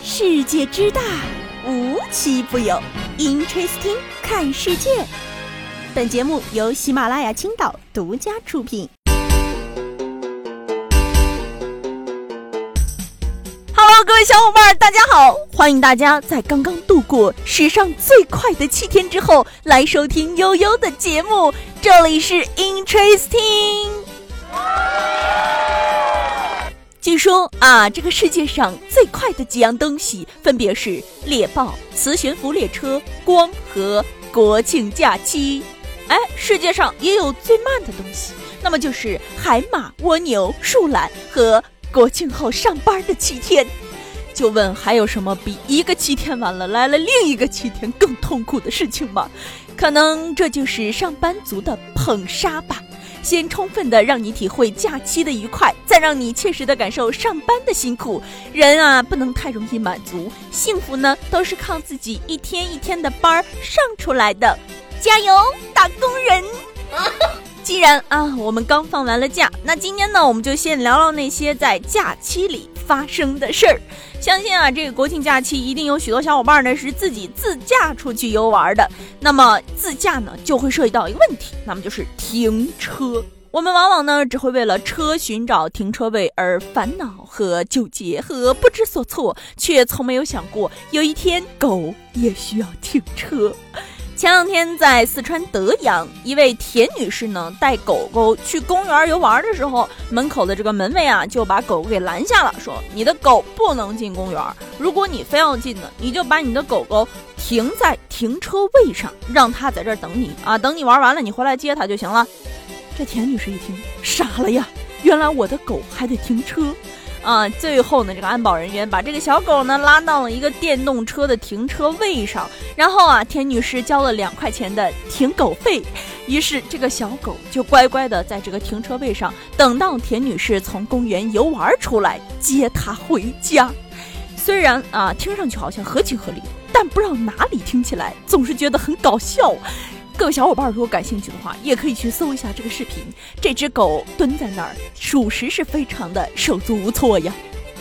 世界之大，无奇不有。Interesting 看世界。本节目由喜马拉雅青岛独家出品。Hello， 各位小伙伴，大家好！欢迎大家在刚刚度过史上最快的7天之后，来收听悠悠的节目。这里是 Interesting。据说啊，这个世界上最快的几样东西分别是猎豹、磁悬浮列车、光和国庆假期。世界上也有最慢的东西，那么就是海马、蜗牛、树懒和国庆后上班的7天。就问还有什么比一个7天完了来了另一个7天更痛苦的事情吗？可能这就是上班族的捧杀吧。先充分的让你体会假期的愉快，再让你切实的感受上班的辛苦。人啊，不能太容易满足，幸福呢都是靠自己一天一天的班上出来的。加油，打工人！既然我们刚放完了假，那今天呢，我们就先聊聊那些在假期里发生的事儿。相信这个国庆假期一定有许多小伙伴呢是自己自驾出去游玩的。那么自驾呢就会涉及到一个问题，那么就是停车。我们往往呢只会为了车寻找停车位而烦恼和纠结和不知所措，却从没有想过有一天狗也需要停车。前两天在四川德阳，一位田女士呢带狗狗去公园游玩的时候，门口的这个门卫就把狗狗给拦下了，说你的狗不能进公园，如果你非要进呢，你就把你的狗狗停在停车位上，让它在这儿等你等你玩完了你回来接它就行了。这田女士一听傻了呀，原来我的狗还得停车最后呢，这个安保人员把这个小狗呢拉到了一个电动车的停车位上，然后田女士交了2块钱的停狗费，于是这个小狗就乖乖的在这个停车位上等到田女士从公园游玩出来接她回家。虽然听上去好像合情合理，但不知道哪里听起来总是觉得很搞笑。各位小伙伴如果感兴趣的话，也可以去搜一下这个视频，这只狗蹲在那儿属实是非常的手足无措呀。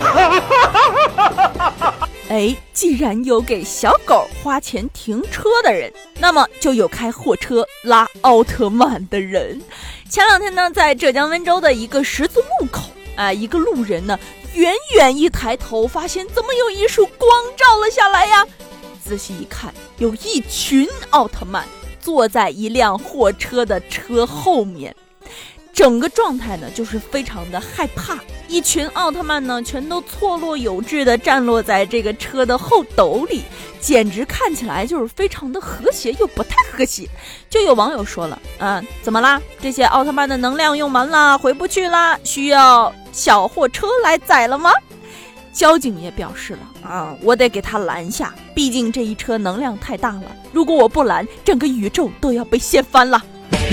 既然有给小狗花钱停车的人，那么就有开货车拉奥特曼的人。前两天呢，在浙江温州的一个十字路口一个路人呢远远一抬头，发现怎么有一束光照了下来呀？仔细一看，有一群奥特曼坐在一辆货车的车后面，整个状态呢就是非常的害怕。一群奥特曼呢全都错落有致的站落在这个车的后斗里，简直看起来就是非常的和谐又不太和谐。就有网友说了怎么啦？这些奥特曼的能量用完了，回不去啦，需要小货车来载了吗？交警也表示了我得给他拦下，毕竟这一车能量太大了，如果我不拦，整个宇宙都要被掀翻了。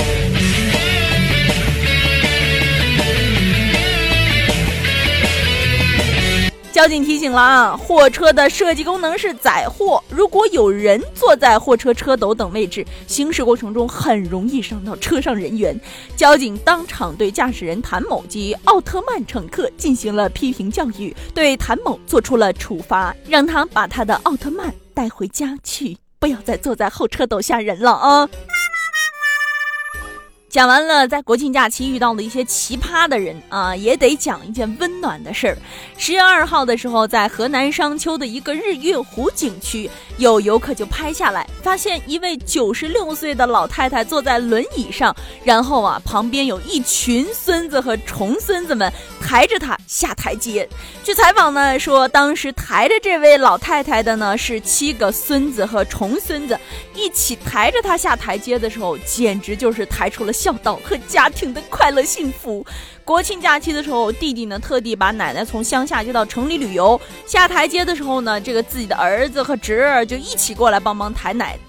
交警提醒了货车的设计功能是载货，如果有人坐在货车车斗等位置，行驶过程中很容易伤到车上人员。交警当场对驾驶人谭某及奥特曼乘客进行了批评教育，对谭某做出了处罚，让他把他的奥特曼带回家去，不要再坐在后车斗吓人了讲完了在国庆假期遇到的一些奇葩的人也得讲一件温暖的事儿。10月2号的时候，在河南商丘的一个日月湖景区，有游客就拍下来，发现一位96岁的老太太坐在轮椅上，然后旁边有一群孙子和重孙子们抬着她下台阶。据采访呢说，当时抬着这位老太太的呢是7个孙子和重孙子，一起抬着她下台阶的时候，简直就是抬出了孝道和家庭的快乐幸福。国庆假期的时候，弟弟呢特地把奶奶从乡下接到城里旅游，下台阶的时候呢，这个自己的儿子和侄儿就一起过来帮忙抬奶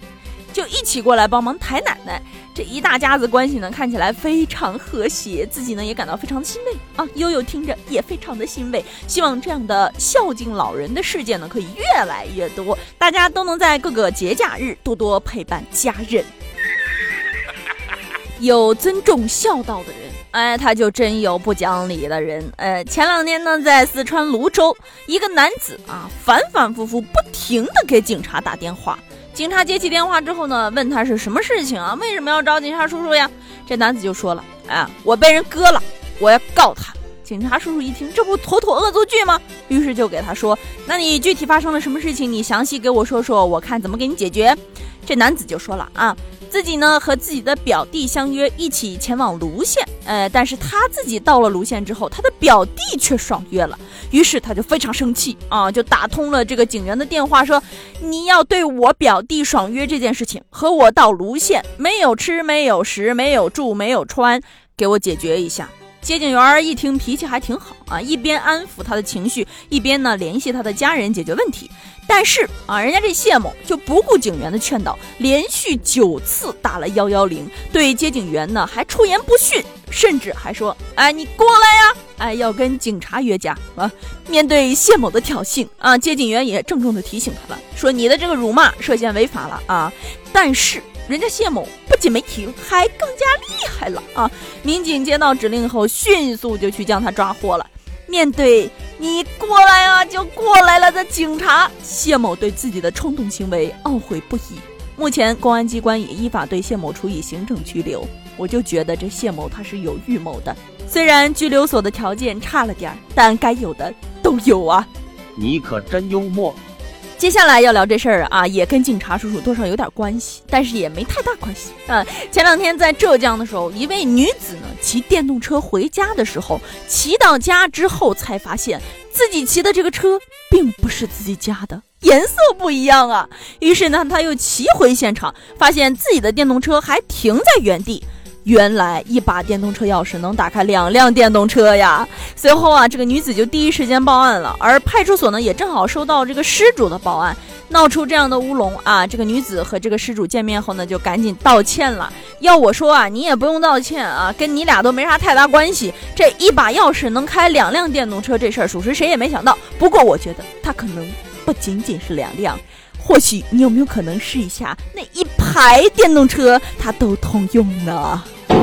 奶。这一大家子关系呢看起来非常和谐，自己呢也感到非常的欣慰悠悠听着也非常的欣慰。希望这样的孝敬老人的事件呢可以越来越多，大家都能在各个节假日多多陪伴家人。有尊重孝道的人他就真有不讲理的人。前2年呢，在四川泸州，一个男子反反复复不停的给警察打电话。警察接起电话之后呢，问他是什么事情啊？为什么要找警察叔叔呀？这男子就说了，我被人割了，我要告他。警察叔叔一听，这不妥妥恶作剧吗？于是就给他说，那你具体发生了什么事情？你详细给我说说，我看怎么给你解决。这男子就说了自己呢和自己的表弟相约一起前往泸县，但是他自己到了泸县之后，他的表弟却爽约了，于是他就非常生气就打通了这个警员的电话，说你要对我表弟爽约这件事情和我到泸县没有吃没有食没有住没有穿，给我解决一下。接警员一听脾气还挺好一边安抚他的情绪，一边呢联系他的家人解决问题。但是人家这谢某就不顾警员的劝导，连续9次打了110，对接警员呢还出言不逊，甚至还说你过来呀，要跟警察约架面对谢某的挑衅接警员也郑重的提醒他了，说你的这个辱骂涉嫌违法了但是人家谢某不仅没停，还更加厉害了民警接到指令后，迅速就去将他抓获了。面对你过来就过来了的警察，谢某对自己的冲动行为懊悔不已。目前公安机关也依法对谢某处以行政拘留。我就觉得这谢某他是有预谋的，虽然拘留所的条件差了点，但该有的都有啊。 你可真幽默。 接下来要聊这事儿也跟警察叔叔多少有点关系，但是也没太大关系前2天在浙江的时候，一位女子呢骑电动车回家的时候，骑到家之后才发现自己骑的这个车并不是自己家的，颜色不一样于是呢她又骑回现场，发现自己的电动车还停在原地。原来一把电动车钥匙能打开2辆电动车呀！随后这个女子就第一时间报案了，而派出所呢也正好收到这个失主的报案，闹出这样的乌龙这个女子和这个失主见面后呢，就赶紧道歉了。要我说你也不用道歉跟你俩都没啥太大关系。这一把钥匙能开2辆电动车这事儿，属实谁也没想到。不过我觉得它可能不仅仅是2辆。或许你有没有可能试一下，那一排电动车它都通用呢？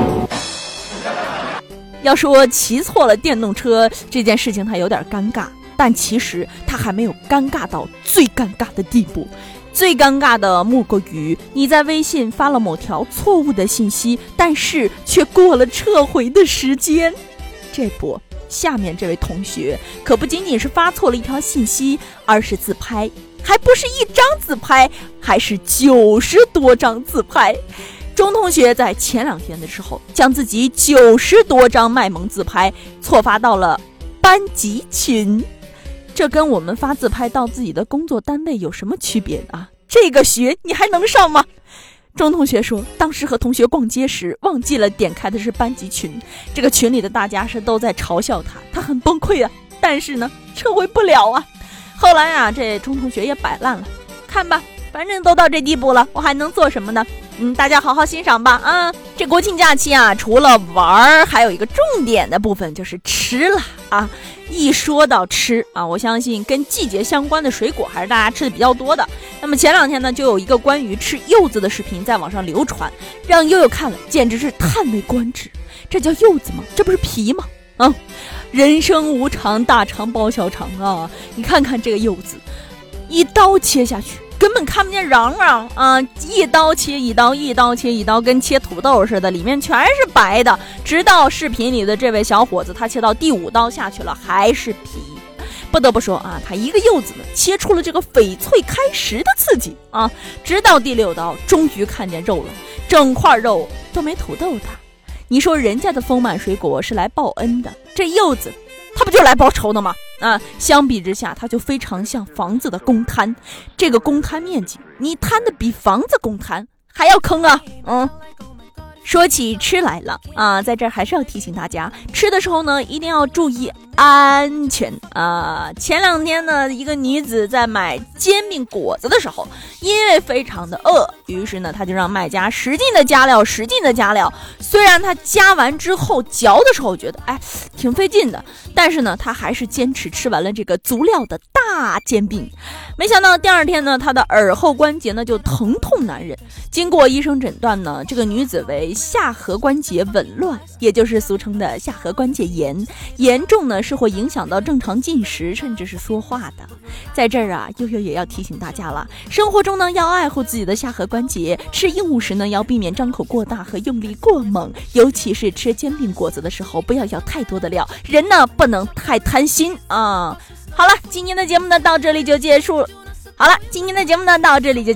要说骑错了电动车这件事情它有点尴尬，但其实它还没有尴尬到最尴尬的地步。最尴尬的莫过于你在微信发了某条错误的信息，但是却过了撤回的时间。这不，下面这位同学可不仅仅是发错了一条信息，而是自拍，还不是1张自拍，还是90多张自拍。钟同学在前2天的时候，将自己90多张卖萌自拍错发到了班级群。这跟我们发自拍到自己的工作单位有什么区别这个学你还能上吗？钟同学说，当时和同学逛街时忘记了点开的是班级群，这个群里的大家是都在嘲笑他很崩溃但是呢撤回不了后来这钟同学也摆烂了，看吧，反正都到这地步了，我还能做什么呢？大家好好欣赏吧这国庆假期除了玩，还有一个重点的部分就是吃了一说到吃我相信跟季节相关的水果还是大家吃的比较多的。那么前2天呢，就有一个关于吃柚子的视频在网上流传，让悠悠看了简直是叹为观止。这叫柚子吗？这不是皮吗？人生无常，大肠包小肠你看看这个柚子，一刀切下去根本看不见瓤一刀切一刀，一刀切一刀，跟切土豆似的，里面全是白的。直到视频里的这位小伙子，他切到第5刀下去了，还是皮。不得不说他一个柚子呢，切出了这个翡翠开食的刺激直到第6刀，终于看见肉了，整块肉都没土豆大。你说人家的丰满水果是来报恩的，这柚子它不就来报仇的吗？相比之下，它就非常像房子的公摊，这个公摊面积你摊的比房子公摊还要坑说起吃来了在这儿还是要提醒大家，吃的时候呢一定要注意安全啊！前2天呢，一个女子在买煎饼果子的时候，因为非常的饿，于是呢，她就让卖家使劲的加料。虽然她加完之后嚼的时候觉得挺费劲的，但是呢，她还是坚持吃完了这个足料的大煎饼。没想到第2天呢，她的耳后关节呢就疼痛难忍。经过医生诊断呢，这个女子为下颌关节紊乱，也就是俗称的下颌关节炎，严重呢是会影响到正常进食，甚至是说话的。在这儿啊，悠悠也要提醒大家了，生活中呢要爱护自己的下颌关节，吃硬物时呢要避免张口过大和用力过猛，尤其是吃煎饼果子的时候，不要咬太多的料，人呢不能太贪心啊。好了，今天的节目呢到这里就结束了。好了，今天的节目呢就到这里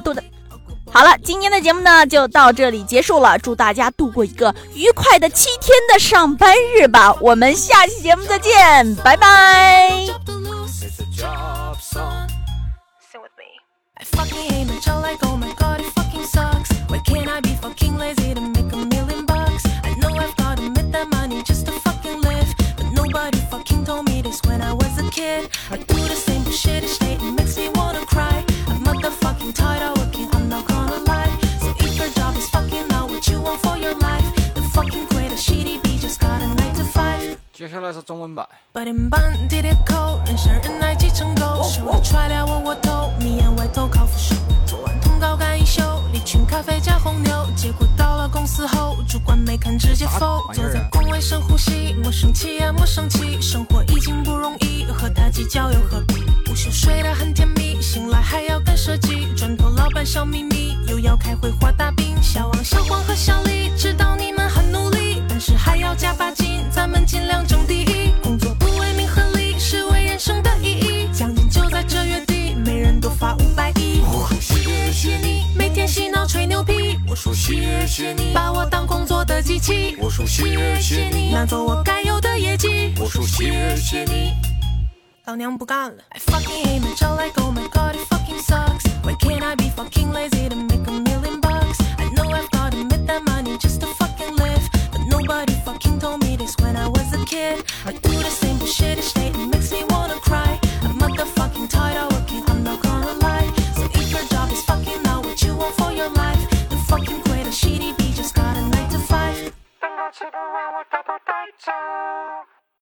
结束了，祝大家度过一个愉快的7天的上班日吧。我们下期节目再见，拜拜。I fucking hate my job, like oh my god it fucking sucks. Why can't I be fucking lazy to make $1 million? I know I've gotta admit that money just to fucking live, but nobody fucking told me this when I was a kid. I do the same shit each day, it makes me wanna cry. I'm motherfucking tired of working, I'm not gonna lie. So if your job is fucking not what you want for your life, then fucking quit a shitty beat, just got a 9 to 5. 接下来是中文版。 8点半地铁口，人山人海挤成狗，手里揣了窝头，迷眼歪头靠扶手。做完通告赶一宿，离群咖啡加红牛，结果到了公司后，主管没看直接否。坐在工位深呼吸，莫生气呀莫生气，生活已经不容易，和他计较又何必？午休睡得很甜蜜，醒来还要干设计，转头老板小秘密，又要开会画大饼。小王小黄和小李知道你们很努力，但是还要加把劲，咱们尽量争第一。工作不为名和利，是为人生的意义，奖金就在这月底，每人都发500亿。我说谢谢你，每天洗脑吹牛皮。我说谢谢你，把我当工作的机器。我说谢谢你，拿走我该有的业绩。我说谢谢你，老娘不干了。I fucking hate my job, like oh my god it fucking sucks. Why can't I be fucking lazy to make $1 million? I know I've gotta admit that money just to fucking live, but nobody fucking told me this when I was a kid. I do the same shit each day, it makes me wanna cry. I'm motherfucking tired of working, I'm not gonna lie. So if your job is fucking not what you want for your life, then fucking quit a shitty beat, just got a 9 to 5. 蛋糕吃不完，我打包带走。